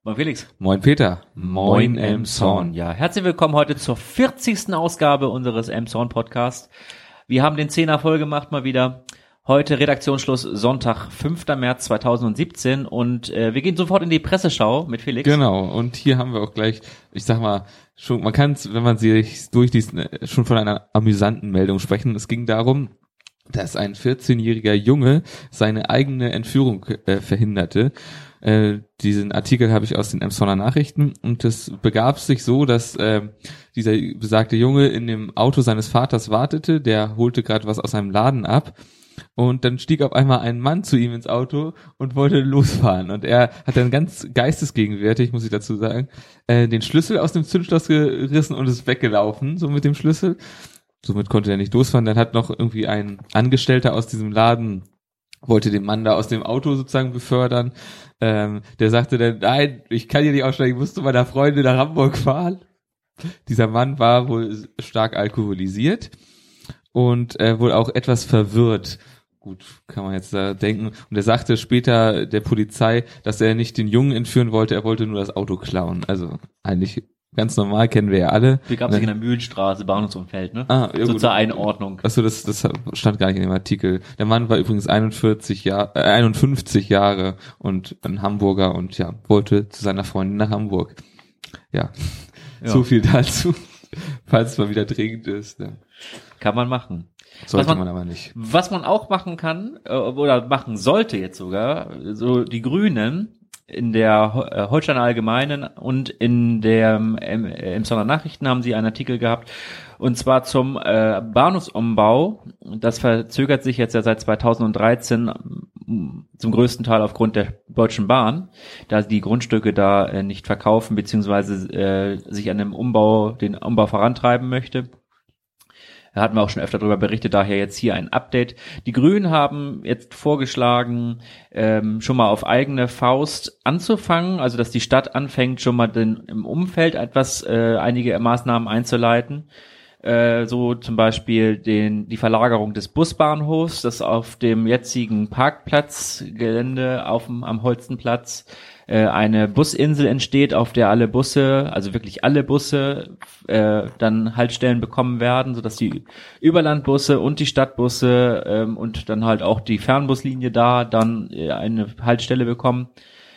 Moin Felix. Moin Peter. Moin Elmshorn. Ja, herzlich willkommen heute zur 40. Ausgabe unseres Elmshorn Podcasts. Wir haben den 10er voll gemacht mal wieder. Heute Redaktionsschluss Sonntag, 5. März 2017 und wir gehen sofort in die Presseschau mit Felix. Genau, und hier haben wir auch gleich, ich sag mal, schon, man kann es, wenn man sich durchliest, schon von einer amüsanten Meldung sprechen. Es ging darum, dass ein 14-jähriger Junge seine eigene Entführung verhinderte. Diesen Artikel habe ich aus den Emshorner Nachrichten und es begab sich so, dass dieser besagte Junge in dem Auto seines Vaters wartete, der holte gerade was aus einem Laden ab. Und dann stieg auf einmal ein Mann zu ihm ins Auto und wollte losfahren. Und er hat dann ganz geistesgegenwärtig, muss ich dazu sagen, den Schlüssel aus dem Zündschloss gerissen und ist weggelaufen, so mit dem Schlüssel. Somit konnte er nicht losfahren. Dann hat noch irgendwie ein Angestellter aus diesem Laden, wollte den Mann da aus dem Auto sozusagen befördern. Der sagte dann, nein, ich kann hier nicht aussteigen, ich muss zu meiner Freundin nach Hamburg fahren. Dieser Mann war wohl stark alkoholisiert. Und wohl auch etwas verwirrt. Gut, kann man jetzt da denken. Und er sagte später der Polizei, dass er nicht den Jungen entführen wollte, er wollte nur das Auto klauen. Also eigentlich ganz normal, kennen wir ja alle. Wie gab es in der Mühlenstraße, Bahnhofsumfeld, ne? Ja, so gut. zur Einordnung. Achso, das stand gar nicht in dem Artikel. Der Mann war übrigens 51 Jahre und ein Hamburger und ja, wollte zu seiner Freundin nach Hamburg. Ja. So viel dazu, falls es mal wieder dringend ist. Ne? Kann man machen. Sollte man aber nicht. Was man auch machen kann, oder machen sollte jetzt sogar, so die Grünen in der Holsteiner Allgemeinen und in der Emshorner Nachrichten haben sie einen Artikel gehabt, und zwar zum Bahnhofsumbau. Das verzögert sich jetzt ja seit 2013 zum größten Teil aufgrund der Deutschen Bahn, da die Grundstücke da nicht verkaufen, beziehungsweise sich an dem den Umbau vorantreiben möchte. Da hatten wir auch schon öfter darüber berichtet, daher jetzt hier ein Update. Die Grünen haben jetzt vorgeschlagen, schon mal auf eigene Faust anzufangen, also dass die Stadt anfängt, schon mal im Umfeld einige Maßnahmen einzuleiten. So zum Beispiel die Verlagerung des Busbahnhofs, das auf dem jetzigen Parkplatzgelände am Holstenplatz eine Businsel entsteht, auf der alle Busse, also wirklich alle Busse, dann Haltestellen bekommen werden, sodass die Überlandbusse und die Stadtbusse und dann halt auch die Fernbuslinie da dann eine Haltestelle bekommen.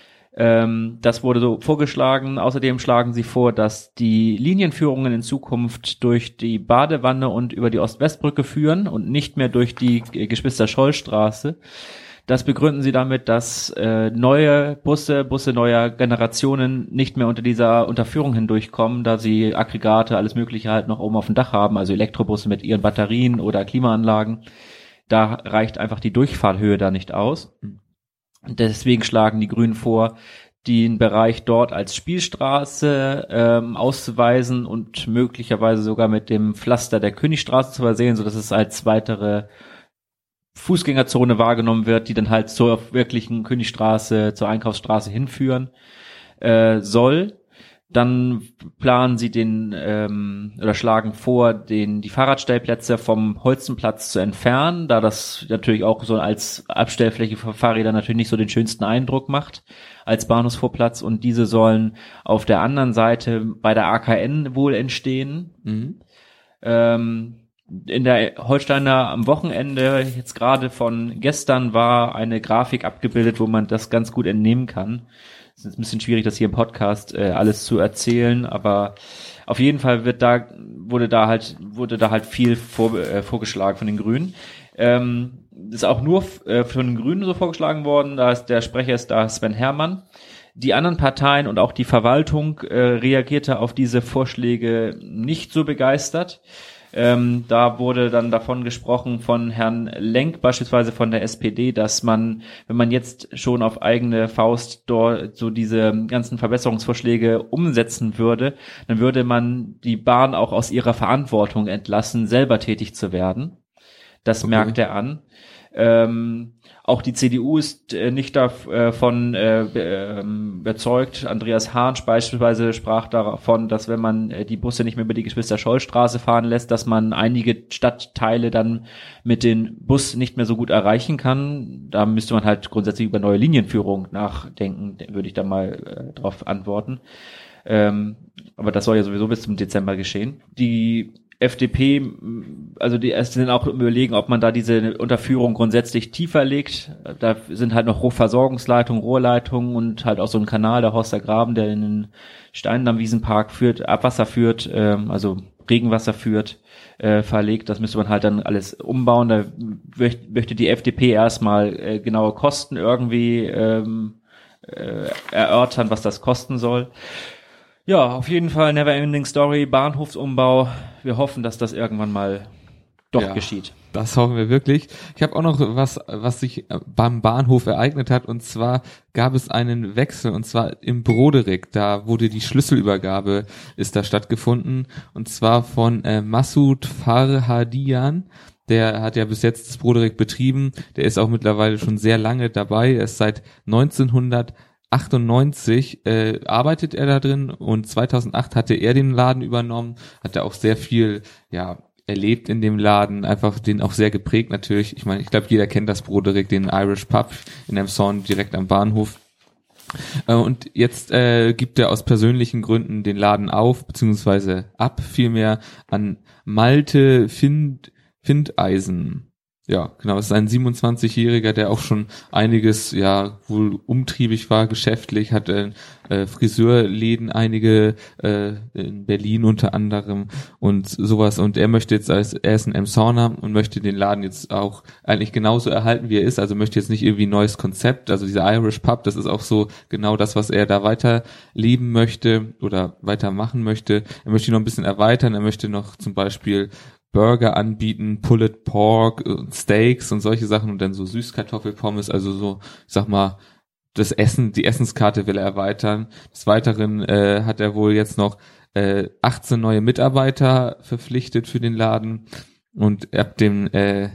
Das wurde so vorgeschlagen. Außerdem schlagen sie vor, dass die Linienführungen in Zukunft durch die Badewanne und über die Ost-West-Brücke führen und nicht mehr durch die Geschwister-Scholl-Straße. Das begründen sie damit, dass neue Busse neuer Generationen nicht mehr unter dieser Unterführung hindurchkommen, da sie Aggregate, alles Mögliche halt noch oben auf dem Dach haben, also Elektrobusse mit ihren Batterien oder Klimaanlagen. Da reicht einfach die Durchfahrthöhe da nicht aus. Deswegen schlagen die Grünen vor, den Bereich dort als Spielstraße auszuweisen und möglicherweise sogar mit dem Pflaster der Königstraße zu versehen, sodass es als weitere Fußgängerzone wahrgenommen wird, die dann halt zur wirklichen Königstraße, zur Einkaufsstraße hinführen soll. Dann planen sie oder schlagen vor, die Fahrradstellplätze vom Holstenplatz zu entfernen, da das natürlich auch so als Abstellfläche für Fahrräder natürlich nicht so den schönsten Eindruck macht als Bahnhofsvorplatz, und diese sollen auf der anderen Seite bei der AKN wohl entstehen. Mhm. In der Holsteiner am Wochenende, jetzt gerade von gestern, war eine Grafik abgebildet, wo man das ganz gut entnehmen kann. Es ist ein bisschen schwierig, das hier im Podcast alles zu erzählen, aber auf jeden Fall wurde da halt viel vorgeschlagen von den Grünen. Ist auch nur von den Grünen so vorgeschlagen worden, der Sprecher ist da Sven Herrmann. Die anderen Parteien und auch die Verwaltung reagierte auf diese Vorschläge nicht so begeistert. Da wurde dann davon gesprochen von Herrn Lenk, beispielsweise von der SPD, dass man, wenn man jetzt schon auf eigene Faust dort so diese ganzen Verbesserungsvorschläge umsetzen würde, dann würde man die Bahn auch aus ihrer Verantwortung entlassen, selber tätig zu werden. Das merkt er an. Auch die CDU ist nicht davon überzeugt. Andreas Hartsch beispielsweise sprach davon, dass wenn man die Busse nicht mehr über die Geschwister-Scholl-Straße fahren lässt, dass man einige Stadtteile dann mit dem Bus nicht mehr so gut erreichen kann. Da müsste man halt grundsätzlich über neue Linienführung nachdenken, würde ich da mal drauf antworten. Aber das soll ja sowieso bis zum Dezember geschehen. Die FDP, also die sind auch überlegen, ob man da diese Unterführung grundsätzlich tiefer legt. Da sind halt noch Hochversorgungsleitungen, Rohrleitungen und halt auch so ein Kanal, der Horster Graben, der in den Steinen am Wiesenpark führt, Abwasser führt, also Regenwasser führt, verlegt. Das müsste man halt dann alles umbauen. Da möchte die FDP erstmal genaue Kosten irgendwie erörtern, was das kosten soll. Ja, auf jeden Fall Neverending Story, Bahnhofsumbau. Wir hoffen, dass das irgendwann mal doch geschieht. Das hoffen wir wirklich. Ich habe auch noch was sich beim Bahnhof ereignet hat, und zwar gab es einen Wechsel, und zwar im Broderick. Da wurde die Schlüsselübergabe, ist da stattgefunden, und zwar von Massoud Farhadian. Der hat ja bis jetzt das Broderick betrieben. Der ist auch mittlerweile schon sehr lange dabei. Er ist seit 1998 arbeitet er da drin, und 2008 hatte er den Laden übernommen, hat er auch sehr viel erlebt in dem Laden, einfach den auch sehr geprägt natürlich. Ich meine, ich glaube, jeder kennt das Broderick, den Irish Pub in Elmshorn direkt am Bahnhof. Und jetzt gibt er aus persönlichen Gründen den Laden auf, beziehungsweise ab, vielmehr an Malte Findeisen. Ja, genau, es ist ein 27-Jähriger, der auch schon einiges, wohl umtriebig war, geschäftlich, hat Friseurläden, einige in Berlin unter anderem und sowas, und er möchte jetzt, er ist ein Emshorner und möchte den Laden jetzt auch eigentlich genauso erhalten, wie er ist, also möchte jetzt nicht irgendwie ein neues Konzept, also dieser Irish Pub, das ist auch so genau das, was er da weiter leben möchte oder weitermachen möchte. Er möchte ihn noch ein bisschen erweitern, er möchte noch zum Beispiel Burger anbieten, Pulled Pork, Steaks und solche Sachen und dann so Süßkartoffelpommes, also so, ich sag mal, das Essen, die Essenskarte will er erweitern. Des Weiteren hat er wohl jetzt noch 18 neue Mitarbeiter verpflichtet für den Laden, und ab dem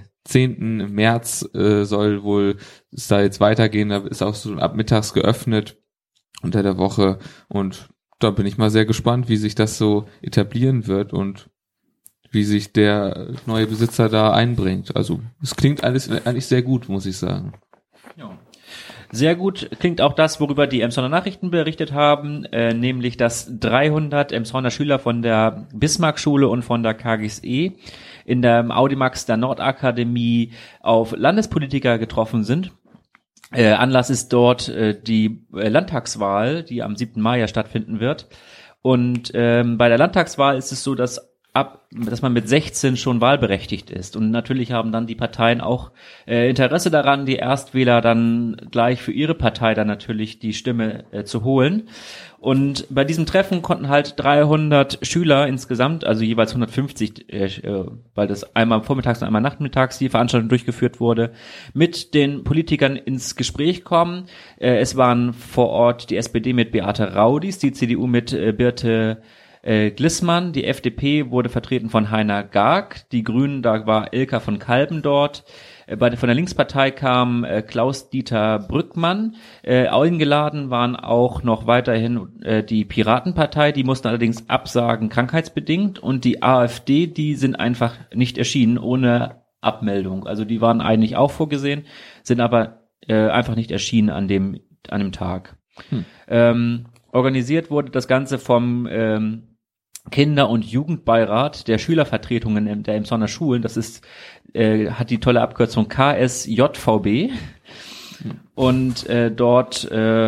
10. März soll wohl es da jetzt weitergehen, da ist auch so ab mittags geöffnet unter der Woche, und da bin ich mal sehr gespannt, wie sich das so etablieren wird und wie sich der neue Besitzer da einbringt. Also es klingt alles eigentlich sehr gut, muss ich sagen. Ja. Sehr gut klingt auch das, worüber die Emshorner Nachrichten berichtet haben, nämlich dass 300 Emshorner Schüler von der Bismarck-Schule und von der KGSE in der Audimax der Nordakademie auf Landespolitiker getroffen sind. Anlass ist dort die Landtagswahl, die am 7. Mai ja stattfinden wird. Und bei der Landtagswahl ist es so, dass man mit 16 schon wahlberechtigt ist. Und natürlich haben dann die Parteien auch Interesse daran, die Erstwähler dann gleich für ihre Partei dann natürlich die Stimme zu holen. Und bei diesem Treffen konnten halt 300 Schüler insgesamt, also jeweils 150, weil das einmal vormittags und einmal nachmittags die Veranstaltung durchgeführt wurde, mit den Politikern ins Gespräch kommen. Es waren vor Ort die SPD mit Beate Raudis, die CDU mit Birte Glissmann, die FDP wurde vertreten von Heiner Garg, die Grünen, da war Ilka von Kalben dort, von der Linkspartei kam Klaus-Dieter Brückmann, eingeladen waren auch noch weiterhin die Piratenpartei, die mussten allerdings absagen, krankheitsbedingt, und die AfD, die sind einfach nicht erschienen ohne Abmeldung, also die waren eigentlich auch vorgesehen, sind aber einfach nicht erschienen an dem Tag. Organisiert wurde das Ganze vom Kinder- und Jugendbeirat der Schülervertretungen der Emshorner Schulen. Das ist hat die tolle Abkürzung KSJVB. Und dort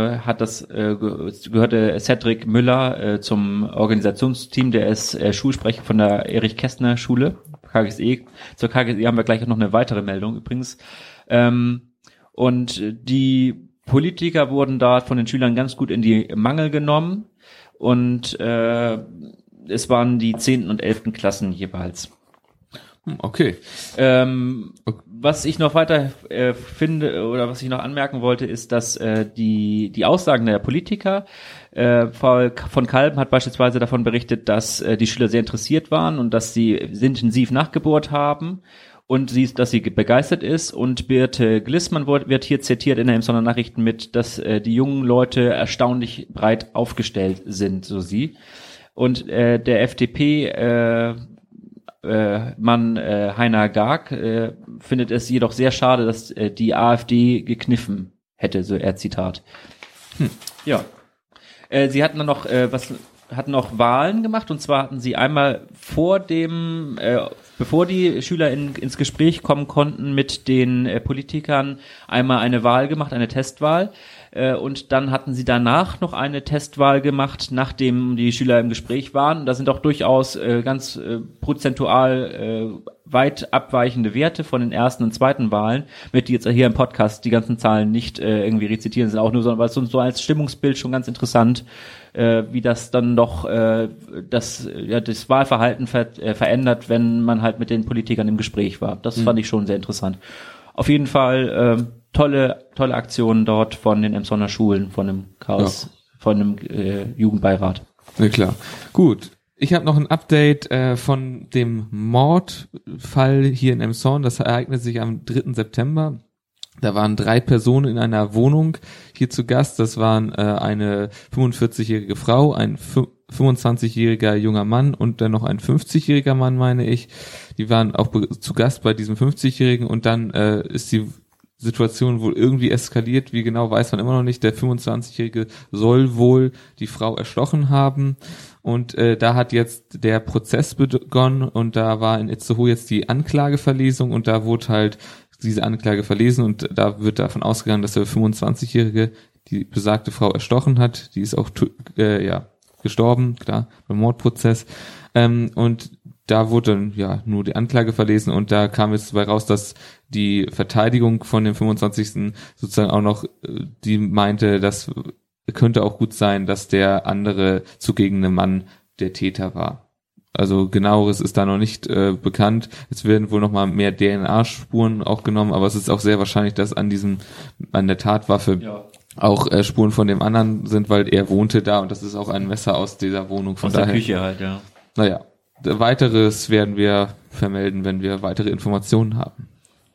gehörte Cedric Müller zum Organisationsteam, der ist Schulsprecher von der Erich-Kästner-Schule, KGSE. Zur KGSE haben wir gleich noch eine weitere Meldung übrigens. Und die Politiker wurden da von den Schülern ganz gut in die Mangel genommen, und es waren die 10. und 11. Klassen jeweils. Okay. Was ich noch weiter finde oder was ich noch anmerken wollte, ist, dass die Aussagen der Politiker, von Kalben hat beispielsweise davon berichtet, dass die Schüler sehr interessiert waren und dass sie intensiv nachgebohrt haben und dass sie begeistert ist, und Birte Glissmann wird hier zitiert in der Emsonner Nachrichten mit, dass die jungen Leute erstaunlich breit aufgestellt sind, so sie. Und der FDP Mann Heiner Garg findet es jedoch sehr schade, dass die AfD gekniffen hätte, so er Zitat. Ja. Sie hatten dann noch hatten noch Wahlen gemacht, und zwar hatten sie einmal bevor die Schüler ins Gespräch kommen konnten mit den Politikern, einmal eine Wahl gemacht, eine Testwahl, und dann hatten sie danach noch eine Testwahl gemacht, nachdem die Schüler im Gespräch waren. Da sind auch durchaus ganz prozentual weit abweichende Werte von den ersten und zweiten Wahlen, mit die jetzt hier im Podcast die ganzen Zahlen nicht irgendwie rezitieren, sind auch nur so, weil es so als Stimmungsbild schon ganz interessant, wie das dann doch das Wahlverhalten verändert, wenn man halt mit den Politikern im Gespräch war. Das fand ich schon sehr interessant. Auf jeden Fall tolle Aktionen dort von den Emsonner Schulen, von dem Chaos, von dem Jugendbeirat. Ja, klar. Gut. Ich habe noch ein Update von dem Mordfall hier in Emshorn. Das ereignet sich am 3. September. Da waren 3 Personen in einer Wohnung hier zu Gast. Das waren eine 45-jährige Frau, ein 25-jähriger junger Mann und dann noch ein 50-jähriger Mann, meine ich. Die waren auch zu Gast bei diesem 50-jährigen, und dann ist die Situation wohl irgendwie eskaliert. Wie genau, weiß man immer noch nicht. Der 25-jährige soll wohl die Frau erstochen haben. Und da hat jetzt der Prozess begonnen, und da war in Itzehoe jetzt die Anklageverlesung, und da wurde halt diese Anklage verlesen, und da wird davon ausgegangen, dass der 25-jährige die besagte Frau erstochen hat. Die ist auch gestorben, klar, beim Mordprozess. Und da wurde dann nur die Anklage verlesen, und da kam jetzt dabei raus, dass die Verteidigung von dem 25. sozusagen auch noch, die meinte, das könnte auch gut sein, dass der andere zugegene Mann der Täter war. Also genaueres ist da noch nicht bekannt. Es werden wohl noch mal mehr DNA-Spuren auch genommen, aber es ist auch sehr wahrscheinlich, dass an der Tatwaffe auch Spuren von dem anderen sind, weil er wohnte da, und das ist auch ein Messer aus dieser Wohnung. Von aus der Küche halt, ja. Naja, weiteres werden wir vermelden, wenn wir weitere Informationen haben.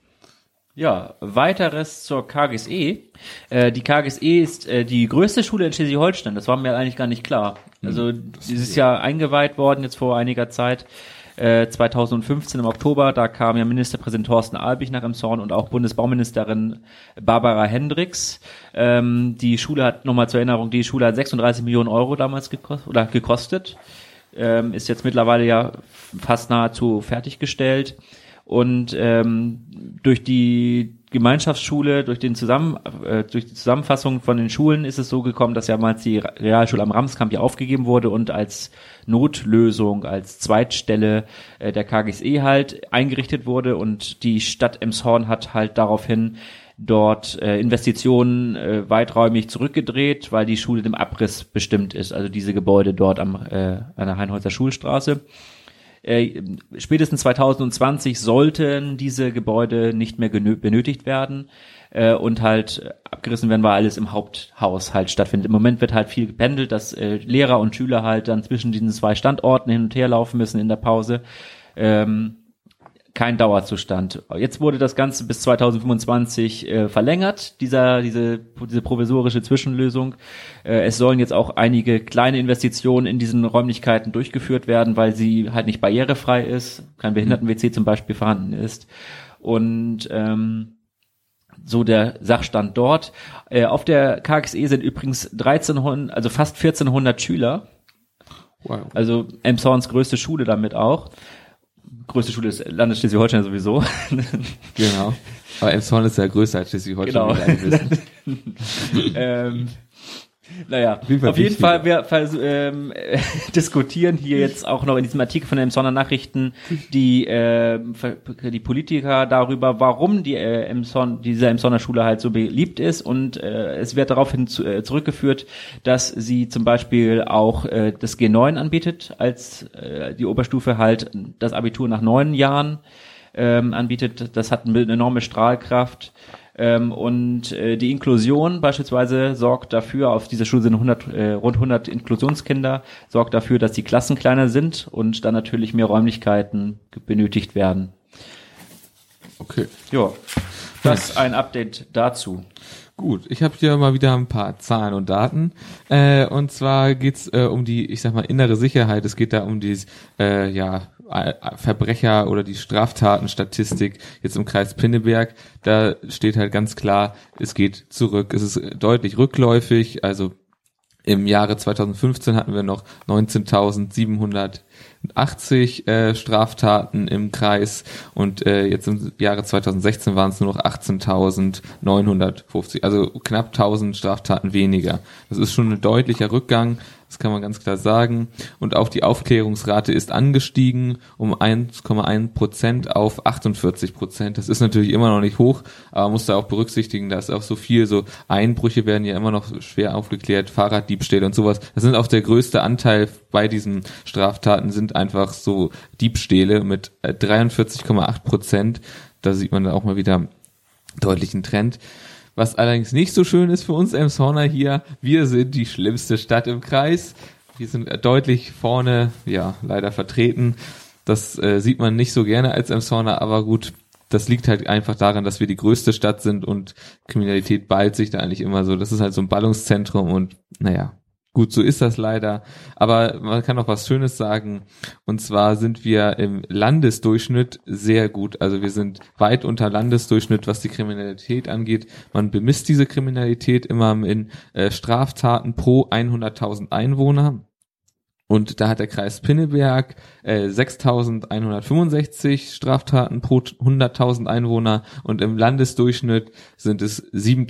Ja, weiteres zur KGSE. Die KGSE ist die größte Schule in Schleswig-Holstein. Das war mir eigentlich gar nicht klar. Also dieses Jahr eingeweiht worden, jetzt vor einiger Zeit, 2015 im Oktober. Da kam ja Ministerpräsident Thorsten Albig nach Emshorn und auch Bundesbauministerin Barbara Hendricks. Die Schule hat, nochmal zur Erinnerung, 36 Millionen Euro damals gekostet. Ist jetzt mittlerweile ja fast nahezu fertiggestellt. Und durch die Gemeinschaftsschule, durch die Zusammenfassung von den Schulen ist es so gekommen, dass ja mal die Realschule am Ramskamp ja aufgegeben wurde und als Notlösung, als Zweitstelle der KGSE halt eingerichtet wurde, und die Stadt Emshorn hat halt daraufhin dort Investitionen weiträumig zurückgedreht, weil die Schule dem Abriss bestimmt ist, also diese Gebäude dort an der Heinholzer Schulstraße. Spätestens 2020 sollten diese Gebäude nicht mehr benötigt werden und halt abgerissen werden, weil alles im Haupthaus halt stattfindet. Im Moment wird halt viel gependelt, dass Lehrer und Schüler halt dann zwischen diesen 2 Standorten hin und her laufen müssen in der Pause. Kein Dauerzustand. Jetzt wurde das Ganze bis 2025 verlängert, diese provisorische Zwischenlösung. Es sollen jetzt auch einige kleine Investitionen in diesen Räumlichkeiten durchgeführt werden, weil sie halt nicht barrierefrei ist, kein Behinderten-WC zum Beispiel vorhanden ist. Und so der Sachstand dort. Auf der KGSE sind übrigens fast 1400 Schüler. Wow. Also Emshorns größte Schule damit auch. Größte Schule des Landes Schleswig-Holstein sowieso. Genau. Aber Emshorn ist ja größer als Schleswig-Holstein. Genau. Naja, auf jeden Fall, wir diskutieren hier jetzt auch noch in diesem Artikel von den Emshorner Nachrichten die Politiker darüber, warum diese Emshorner Schule halt so beliebt ist, und es wird daraufhin zurückgeführt, dass sie zum Beispiel auch das G9 anbietet, als die Oberstufe halt das Abitur nach 9 Jahren anbietet. Das hat eine enorme Strahlkraft. Und die Inklusion beispielsweise sorgt dafür, auf dieser Schule sind rund 100 Inklusionskinder, sorgt dafür, dass die Klassen kleiner sind und dann natürlich mehr Räumlichkeiten benötigt werden. Okay. Ja, das ein Update dazu. Gut, ich habe hier mal wieder ein paar Zahlen und Daten. Und zwar geht's um die, ich sag mal, innere Sicherheit. Es geht da um die Verbrecher oder die Straftatenstatistik jetzt im Kreis Pinneberg. Da steht halt ganz klar, es geht zurück. Es ist deutlich rückläufig. Also im Jahre 2015 hatten wir noch 19.780 Straftaten im Kreis und jetzt im Jahre 2016 waren es nur noch 18.950, also knapp 1.000 Straftaten weniger. Das ist schon ein deutlicher Rückgang, das kann man ganz klar sagen. Und auch die Aufklärungsrate ist angestiegen um 1,1% auf 48%. Das ist natürlich immer noch nicht hoch, aber man muss da auch berücksichtigen, dass auch so Einbrüche werden ja immer noch schwer aufgeklärt, Fahrraddiebstähle und sowas. Das sind auch der größte Anteil bei diesen Straftaten, sind einfach so Diebstähle mit 43,8%. Da sieht man dann auch mal wieder deutlichen Trend. Was allerdings nicht so schön ist für uns Elmshorner hier, wir sind die schlimmste Stadt im Kreis. Wir sind deutlich vorne, ja, leider vertreten. Das sieht man nicht so gerne als Elmshorner, aber gut, das liegt halt einfach daran, dass wir die größte Stadt sind und Kriminalität ballt sich da eigentlich immer so. Das ist halt so ein Ballungszentrum und naja, gut, so ist das leider. Aber man kann auch was Schönes sagen. Und zwar sind wir im Landesdurchschnitt sehr gut. Also wir sind weit unter Landesdurchschnitt, was die Kriminalität angeht. Man bemisst diese Kriminalität immer in Straftaten pro 100.000 Einwohner. Und da hat der Kreis Pinneberg 6.165 Straftaten pro 100.000 Einwohner. Und im Landesdurchschnitt sind es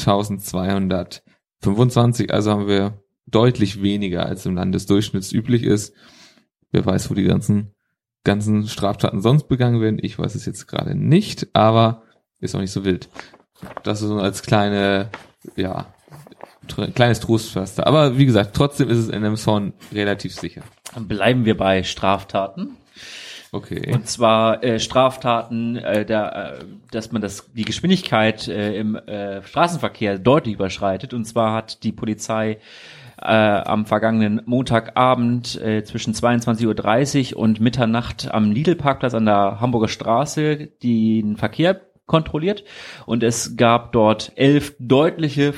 7.225. Also haben wir deutlich weniger als im Landesdurchschnitt üblich ist. Wer weiß, wo die ganzen Straftaten sonst begangen werden. Ich weiß es jetzt gerade nicht, aber ist auch nicht so wild. Das ist so als kleines Trostpflaster. Aber wie gesagt, trotzdem ist es in Elmshorn relativ sicher. Dann bleiben wir bei Straftaten. Okay. Und zwar Straftaten, dass man die Geschwindigkeit im Straßenverkehr deutlich überschreitet. Und zwar hat die Polizei am vergangenen Montagabend zwischen 22.30 Uhr und Mitternacht am Lidl-Parkplatz an der Hamburger Straße den Verkehr kontrolliert und es gab dort 11 deutliche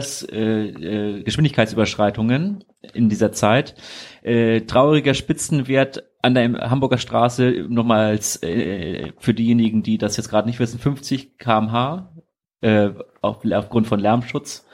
Geschwindigkeitsüberschreitungen in dieser Zeit. Trauriger Spitzenwert an der Hamburger Straße, nochmals für diejenigen, die das jetzt gerade nicht wissen, 50 km/h aufgrund von Lärmschutz.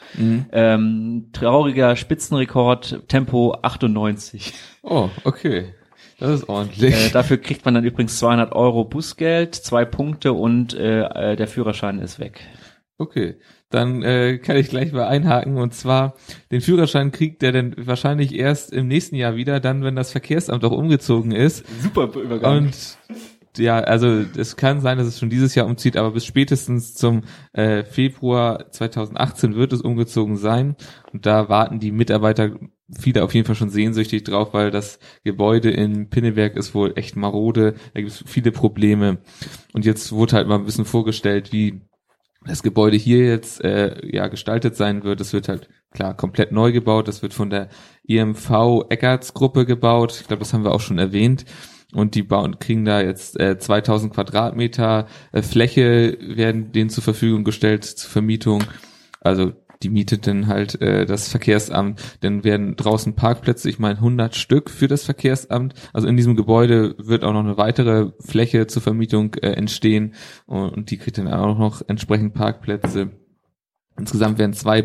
Trauriger Spitzenrekord, Tempo 98. Oh, okay. Das ist ordentlich. Dafür kriegt man dann übrigens 200 € Bußgeld, 2 Punkte und der Führerschein ist weg. Okay, dann kann ich gleich mal einhaken und zwar den Führerschein kriegt der dann wahrscheinlich erst im nächsten Jahr wieder, dann wenn das Verkehrsamt auch umgezogen ist. Super Übergang. Und ja, also es kann sein, dass es schon dieses Jahr umzieht, aber bis spätestens zum Februar 2018 wird es umgezogen sein und da warten die Mitarbeiter viele auf jeden Fall schon sehnsüchtig drauf, weil das Gebäude in Pinneberg ist wohl echt marode, da gibt es viele Probleme und jetzt wurde halt mal ein bisschen vorgestellt, wie das Gebäude hier jetzt gestaltet sein wird. Es wird halt klar komplett neu gebaut, das wird von der EMV Eckarts Gruppe gebaut, ich glaube, das haben wir auch schon erwähnt. Und die kriegen da jetzt 2000 Quadratmeter Fläche, werden denen zur Verfügung gestellt zur Vermietung. Also die mietet dann halt das Verkehrsamt. Dann werden draußen Parkplätze, ich meine 100 Stück für das Verkehrsamt. Also in diesem Gebäude wird auch noch eine weitere Fläche zur Vermietung entstehen und die kriegt dann auch noch entsprechend Parkplätze. Insgesamt werden 2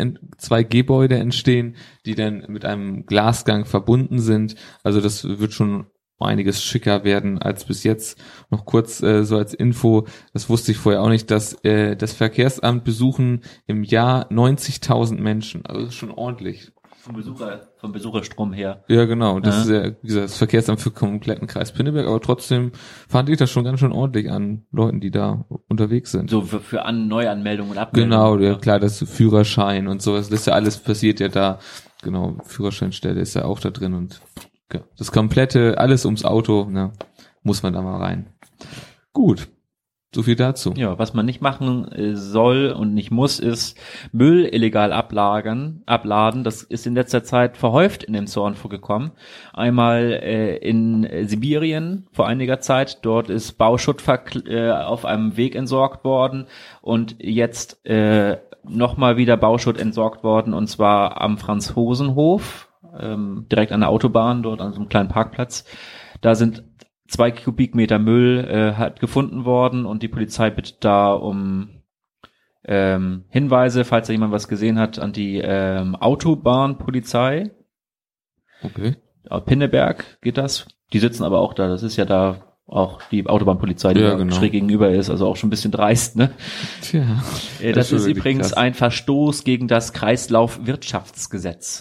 Gebäude entstehen, die dann mit einem Glasgang verbunden sind. Also das wird schon einiges schicker werden als bis jetzt. Noch kurz so als Info, das wusste ich vorher auch nicht, dass das Verkehrsamt besuchen im Jahr 90.000 Menschen. Also das ist schon ordentlich. Vom Besucherstrom her. Ja, genau. Das ist ja, wie gesagt, das Verkehrsamt für kompletten Kreis Pinneberg, aber trotzdem fand ich das schon ganz schön ordentlich an Leuten, die da unterwegs sind. So für Neuanmeldungen und Abmeldungen. Genau, ja klar, das Führerschein und sowas, das ist ja alles passiert ja da. Genau, Führerscheinstelle ist ja auch da drin und ja, das komplette, alles ums Auto, ne, muss man da mal rein. Gut. So viel dazu. Ja, was man nicht machen soll und nicht muss, ist Müll illegal abladen. Das ist in letzter Zeit verhäuft in dem Zorn vorgekommen. Einmal in Sibirien vor einiger Zeit. Dort ist Bauschutt auf einem Weg entsorgt worden und jetzt nochmal wieder Bauschutt entsorgt worden, und zwar am Franz-Hosen-Hof, direkt an der Autobahn, dort an so einem kleinen Parkplatz. Da sind 2 Kubikmeter Müll gefunden worden, und die Polizei bittet da um Hinweise, falls da jemand was gesehen hat, an die Autobahnpolizei. Okay. Auf Pinneberg geht das. Die sitzen aber auch da. Das ist ja da auch die Autobahnpolizei, die genau. schräg gegenüber ist, also auch schon ein bisschen dreist, ne? Tja. Das ist übrigens ein Verstoß gegen das Kreislaufwirtschaftsgesetz.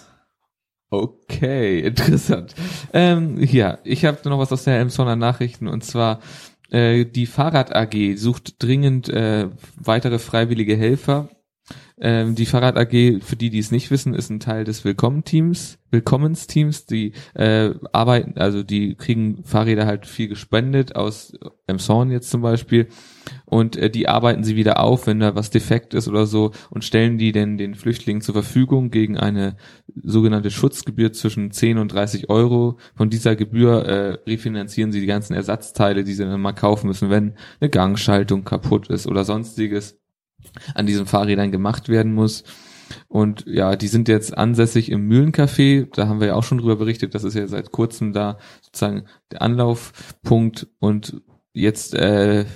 Okay, interessant. Ja, ich habe noch was aus der Emsonner Nachrichten, und zwar die Fahrrad AG sucht dringend weitere freiwillige Helfer. Die Fahrrad AG, für die es nicht wissen, ist ein Teil des Willkommensteams. Die arbeiten, also die kriegen Fahrräder halt viel gespendet aus Emshorn jetzt zum Beispiel, und die arbeiten sie wieder auf, wenn da was defekt ist oder so, und stellen die denn den Flüchtlingen zur Verfügung gegen eine sogenannte Schutzgebühr zwischen 10 und 30 Euro. Von dieser Gebühr refinanzieren sie die ganzen Ersatzteile, die sie dann mal kaufen müssen, wenn eine Gangschaltung kaputt ist oder sonstiges an diesen Fahrrädern gemacht werden muss. Und ja, die sind jetzt ansässig im Mühlencafé, da haben wir ja auch schon drüber berichtet, das ist ja seit kurzem da sozusagen der Anlaufpunkt, und jetzt, sie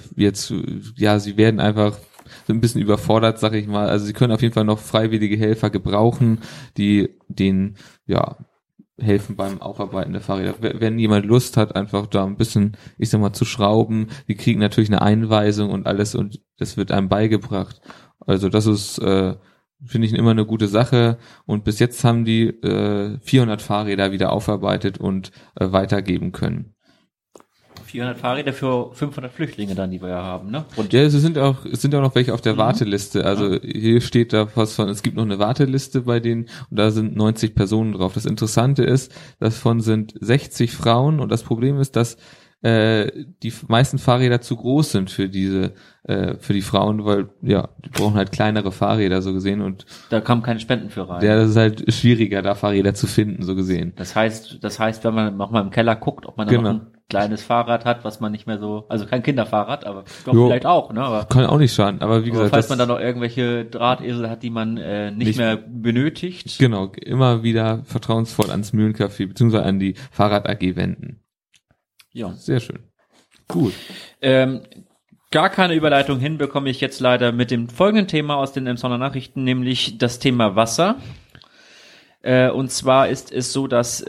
werden einfach so ein bisschen überfordert, sag ich mal. Also sie können auf jeden Fall noch freiwillige Helfer gebrauchen, die denen, helfen beim Aufarbeiten der Fahrräder. Wenn jemand Lust hat, einfach da ein bisschen, ich sag mal, zu schrauben, die kriegen natürlich eine Einweisung und alles, und das wird einem beigebracht. Also das ist, finde ich, immer eine gute Sache, und bis jetzt haben die 400 Fahrräder wieder aufarbeitet und weitergeben können. 400 Fahrräder für 500 Flüchtlinge dann, die wir ja haben, ne? Und ja, es sind auch noch welche auf der Warteliste. Also hier steht da was von, es gibt noch eine Warteliste bei denen, und da sind 90 Personen drauf. Das Interessante ist, davon sind 60 Frauen, und das Problem ist, dass die meisten Fahrräder zu groß sind für die Frauen, weil die brauchen halt kleinere Fahrräder so gesehen, und da kommen keine Spenden für rein. Ja, das ist halt schwieriger, da Fahrräder zu finden so gesehen. Das heißt, wenn man noch mal im Keller guckt, ob man da noch ein kleines Fahrrad hat, was man nicht mehr so, also kein Kinderfahrrad, aber doch vielleicht auch, ne? Aber kann auch nicht schaden, aber wie gesagt, falls man da noch irgendwelche Drahtesel hat, die man nicht mehr benötigt. Genau, immer wieder vertrauensvoll ans Mühlencafé beziehungsweise an die Fahrrad AG wenden. Ja, sehr schön. Gut. Gar keine Überleitung hinbekomme ich jetzt leider mit dem folgenden Thema aus den Emsonner Nachrichten, nämlich das Thema Wasser. Und zwar ist es so, dass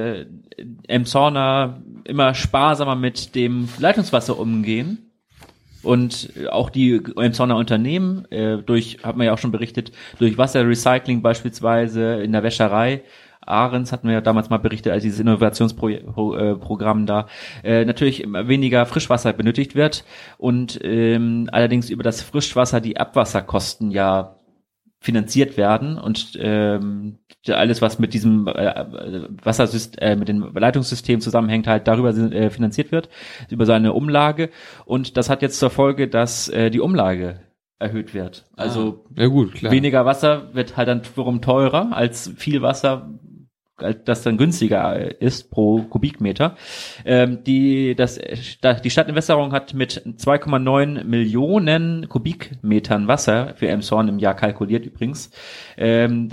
Emsonner immer sparsamer mit dem Leitungswasser umgehen. Und auch die Emsonner Unternehmen, hat man ja auch schon berichtet, durch Wasserrecycling beispielsweise in der Wäscherei, Ahrens hatten wir ja damals mal berichtet, als dieses Innovationsprogramm da, natürlich immer weniger Frischwasser benötigt wird, und allerdings über das Frischwasser die Abwasserkosten ja finanziert werden, und alles, was mit diesem Wassersystem, mit dem Leitungssystem zusammenhängt, halt darüber finanziert wird, über seine Umlage, und das hat jetzt zur Folge, dass die Umlage erhöht wird. Also ja gut, klar. Weniger Wasser wird halt dann wiederum teurer als viel Wasser, das dann günstiger ist pro Kubikmeter. Die Stadtentwässerung hat mit 2,9 Millionen Kubikmetern Wasser für Emshorn im Jahr kalkuliert übrigens. In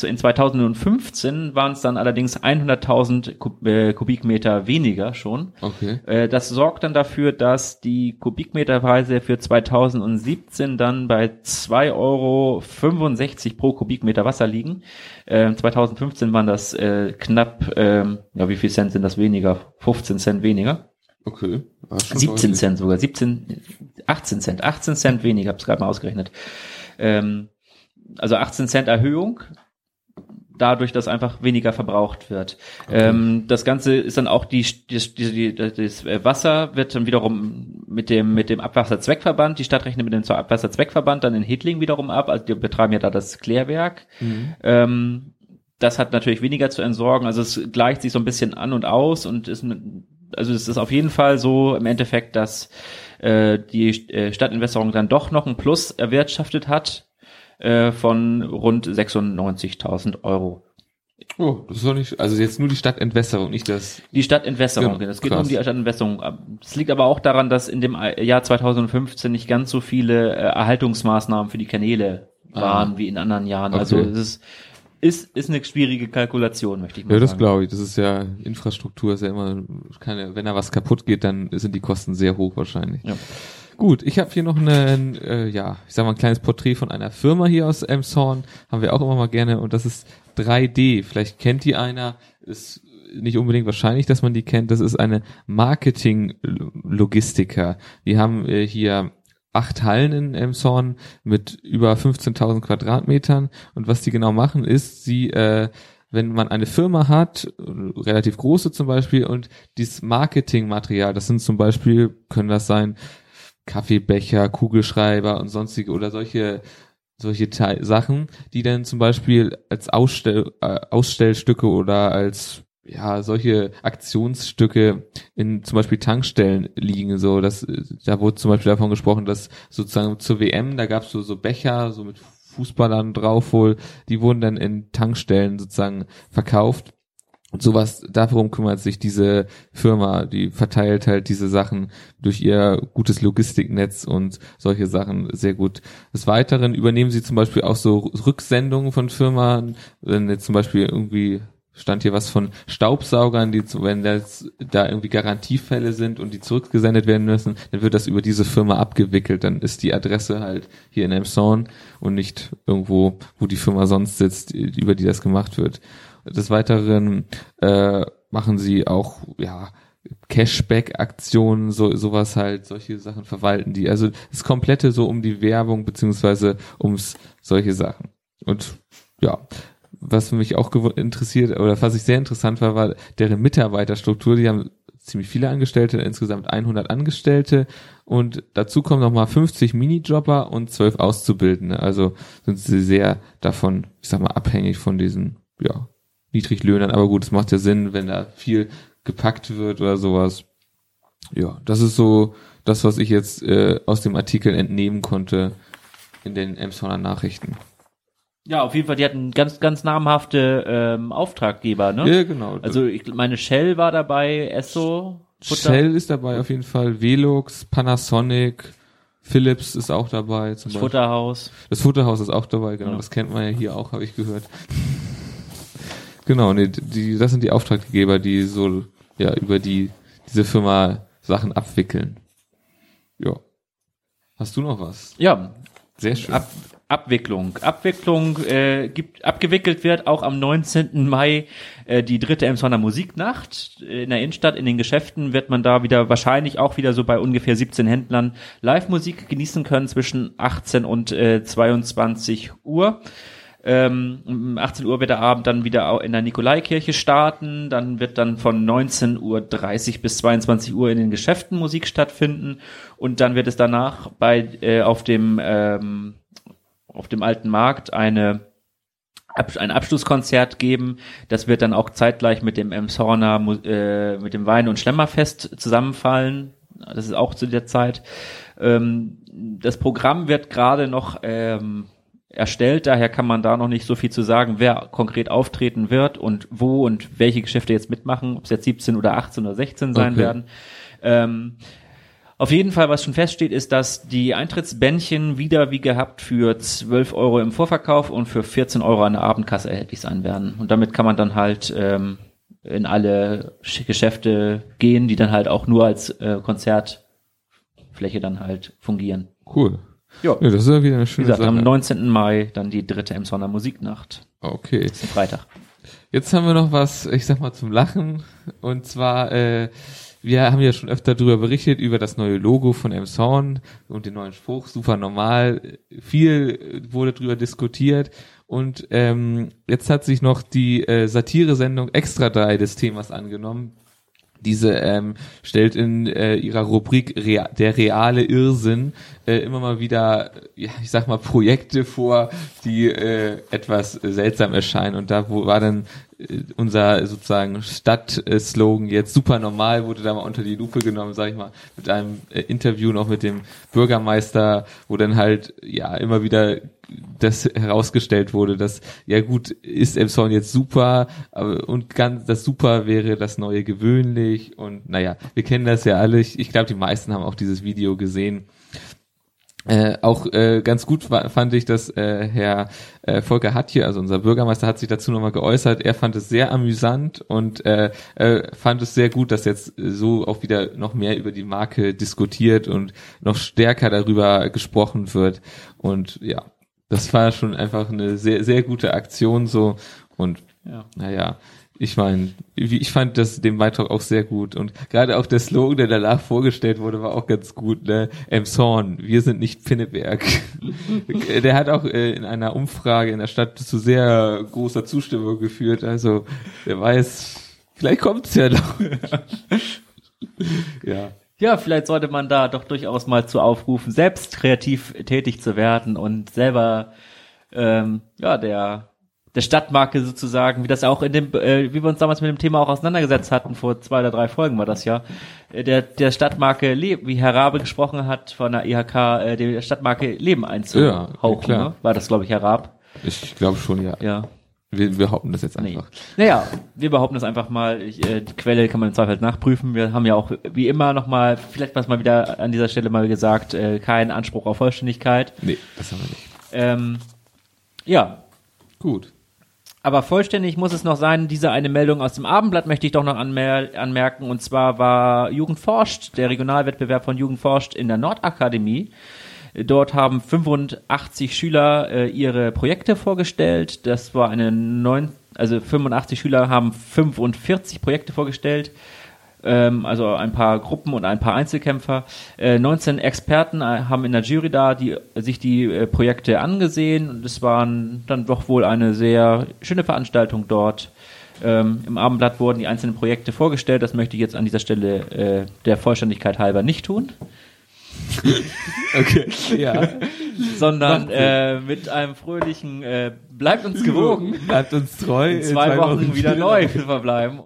2015 waren es dann allerdings 100.000 Kubikmeter weniger schon. Okay. Das sorgt dann dafür, dass die Kubikmeterpreise für 2017 dann bei 2,65 Euro pro Kubikmeter Wasser liegen. 2015 waren das knapp, wie viel Cent sind das weniger? 15 Cent weniger. Okay. 17 Cent sogar, 18 Cent weniger, hab's gerade mal ausgerechnet. Also 18 Cent Erhöhung, dadurch, dass einfach weniger verbraucht wird. Okay. Das Ganze ist dann auch das Wasser wird dann wiederum mit dem Abwasserzweckverband, die Stadt rechnet mit dem Abwasserzweckverband dann in Hedling wiederum ab, also die betreiben ja da das Klärwerk. Das hat natürlich weniger zu entsorgen, also es gleicht sich so ein bisschen an und aus und ist Also es ist auf jeden Fall so im Endeffekt, dass die Stadtentwässerung dann doch noch ein Plus erwirtschaftet hat von rund 96.000 Euro. Oh, das ist doch nicht, also jetzt nur die Stadtentwässerung, nicht das. Die Stadtentwässerung, Genau, es geht krass. um die Stadtentwässerung. Es liegt aber auch daran, dass in dem Jahr 2015 nicht ganz so viele Erhaltungsmaßnahmen für die Kanäle waren wie in anderen Jahren. Okay. Also es ist eine schwierige Kalkulation, möchte ich mal Ja, das sagen. glaube ich. Das ist ja, Infrastruktur ist ja immer, wenn da was kaputt geht, dann sind die Kosten sehr hoch wahrscheinlich. Ja. Gut, ich habe hier noch ein kleines Porträt von einer Firma hier aus Elmshorn, haben wir auch immer mal gerne, und das ist 3D. Vielleicht kennt die einer, ist nicht unbedingt wahrscheinlich, dass man die kennt. Das ist eine Marketing-Logistiker. Die haben hier 8 Hallen in Elmshorn mit über 15.000 Quadratmetern, und was die genau machen ist, wenn man eine Firma hat, relativ große zum Beispiel, und dieses Marketingmaterial, das sind zum Beispiel, können das sein, Kaffeebecher, Kugelschreiber und sonstige oder solche Sachen, die dann zum Beispiel als Ausstellstücke oder als solche Aktionsstücke in zum Beispiel Tankstellen liegen, so da wurde zum Beispiel davon gesprochen, dass sozusagen zur WM, da gab es so Becher, so mit Fußballern drauf wohl, die wurden dann in Tankstellen sozusagen verkauft. Und sowas, darum kümmert sich diese Firma, die verteilt halt diese Sachen durch ihr gutes Logistiknetz und solche Sachen sehr gut. Des Weiteren übernehmen sie zum Beispiel auch so Rücksendungen von Firmen, wenn jetzt zum Beispiel irgendwie stand hier was von Staubsaugern, wenn da irgendwie Garantiefälle sind und die zurückgesendet werden müssen, dann wird das über diese Firma abgewickelt, dann ist die Adresse halt hier in Elmshorn und nicht irgendwo, wo die Firma sonst sitzt, über die das gemacht wird. Des Weiteren machen sie auch Cashback-Aktionen, sowas halt, solche Sachen verwalten die. Also das Komplette so um die Werbung beziehungsweise ums solche Sachen. Und ja, was mich auch interessiert oder was ich sehr interessant war deren Mitarbeiterstruktur. Die haben ziemlich viele Angestellte, insgesamt 100 Angestellte, und dazu kommen nochmal 50 Minijobber und 12 Auszubildende. Also sind sie sehr davon, abhängig von diesen Niedriglöhnern, aber gut, es macht ja Sinn, wenn da viel gepackt wird oder sowas. Ja, das ist so das, was ich jetzt aus dem Artikel entnehmen konnte in den Elmshorner Nachrichten. Ja, auf jeden Fall, die hatten ganz, ganz namhafte Auftraggeber, ne? Ja, genau. Also ich meine, Shell war dabei, Esso, Shell ist dabei auf jeden Fall, Velux, Panasonic, Philips ist auch dabei. Das Futterhaus. Das Futterhaus ist auch dabei, genau. Das kennt man ja hier auch, habe ich gehört. Genau, das sind die Auftraggeber, die so über diese Firma Sachen abwickeln. Ja. Hast du noch was? Ja. Sehr schön. Abwicklung abgewickelt wird auch am 19. Mai die 3. Elmshorner Musiknacht in der Innenstadt. In den Geschäften wird man da wahrscheinlich auch wieder so bei ungefähr 17 Händlern Live-Musik genießen können zwischen 18 und 22 Uhr. Um 18 Uhr wird der Abend dann wieder auch in der Nikolaikirche starten, dann wird dann von 19:30 Uhr bis 22 Uhr in den Geschäften Musik stattfinden, und dann wird es danach auf dem Alten Markt ein Abschlusskonzert geben. Das wird dann auch zeitgleich mit dem Elmshorner mit dem Wein- und Schlemmerfest zusammenfallen. Das ist auch zu der Zeit. Das Programm wird gerade noch erstellt, daher kann man da noch nicht so viel zu sagen, wer konkret auftreten wird und wo und welche Geschäfte jetzt mitmachen, ob es jetzt 17 oder 18 oder 16 sein werden. Auf jeden Fall, was schon feststeht, ist, dass die Eintrittsbändchen wieder wie gehabt für 12 Euro im Vorverkauf und für 14 Euro an der Abendkasse erhältlich sein werden. Und damit kann man dann halt in alle Geschäfte gehen, die dann halt auch nur als Konzertfläche dann halt fungieren. Cool. Ja, das ist ja wieder eine schöne Sache. Am 19. Mai dann die 3. Elmshorner Musiknacht. Okay. Das ist ein Freitag. Jetzt haben wir noch was, ich sag mal, zum Lachen. Und zwar, wir haben ja schon öfter darüber berichtet, über das neue Logo von Elmshorn und den neuen Spruch, super normal. Viel wurde darüber diskutiert. Und jetzt hat sich noch die Satire-Sendung Extra 3 des Themas angenommen. Diese stellt in ihrer Rubrik der reale Irrsinn immer mal wieder, ja, ich sag mal, Projekte vor, die etwas seltsam erscheinen. Und da war dann unser sozusagen Stadtslogan jetzt super normal, wurde da mal unter die Lupe genommen, sag ich mal, mit einem Interview noch mit dem Bürgermeister, wo dann halt ja immer wieder das herausgestellt wurde, dass ja gut, ist Elmshorn jetzt super, aber und ganz das super wäre das neue gewöhnlich und naja, wir kennen das ja alle. Ich glaube, die meisten haben auch dieses Video gesehen. Ganz gut fand ich, dass Herr Volker Hatje, also unser Bürgermeister, hat sich dazu nochmal geäußert. Er fand es sehr amüsant und fand es sehr gut, dass jetzt so auch wieder noch mehr über die Marke diskutiert und noch stärker darüber gesprochen wird. Und ja, das war schon einfach eine sehr, sehr gute Aktion so. Und naja, ich meine, ich fand den Beitrag auch sehr gut und gerade auch der Slogan, der danach vorgestellt wurde, war auch ganz gut, ne? Elmshorn, wir sind nicht Pinneberg. Der hat auch in einer Umfrage in der Stadt zu sehr großer Zustimmung geführt, also wer weiß, vielleicht kommt's ja noch. Ja. Ja, vielleicht sollte man da doch durchaus mal zu aufrufen, selbst kreativ tätig zu werden und selber der Stadtmarke sozusagen, wie das auch in dem, wie wir uns damals mit dem Thema auch auseinandergesetzt hatten, vor 2 oder 3 Folgen war das ja, der Stadtmarke wie Herr Rabe gesprochen hat von der IHK, der Stadtmarke Leben einzuhauchen, ja, ne? War das, glaube ich, Herr Raab? Ich glaube schon, ja. Ja. Wir behaupten das jetzt einfach. Naja, wir behaupten das einfach mal. Die Quelle kann man im Zweifel nachprüfen. Wir haben ja auch, wie immer, nochmal, vielleicht was mal wieder an dieser Stelle mal gesagt, keinen Anspruch auf Vollständigkeit. Nee, das haben wir nicht. Ja. Gut. Aber vollständig muss es noch sein, diese eine Meldung aus dem Abendblatt möchte ich doch noch anmerken. Und zwar war Jugend forscht, der Regionalwettbewerb von Jugend forscht in der Nordakademie. Dort haben 85 Schüler ihre Projekte vorgestellt. Das war 85 Schüler haben 45 Projekte vorgestellt. Also ein paar Gruppen und ein paar Einzelkämpfer. 19 Experten haben in der Jury da sich die Projekte angesehen und es waren dann doch wohl eine sehr schöne Veranstaltung dort. Im Abendblatt wurden die einzelnen Projekte vorgestellt. Das möchte ich jetzt an dieser Stelle der Vollständigkeit halber nicht tun. Okay, ja. Sondern mit einem fröhlichen bleibt uns gewogen. Bleibt uns treu. In 2 Wochen wieder neu verbleiben.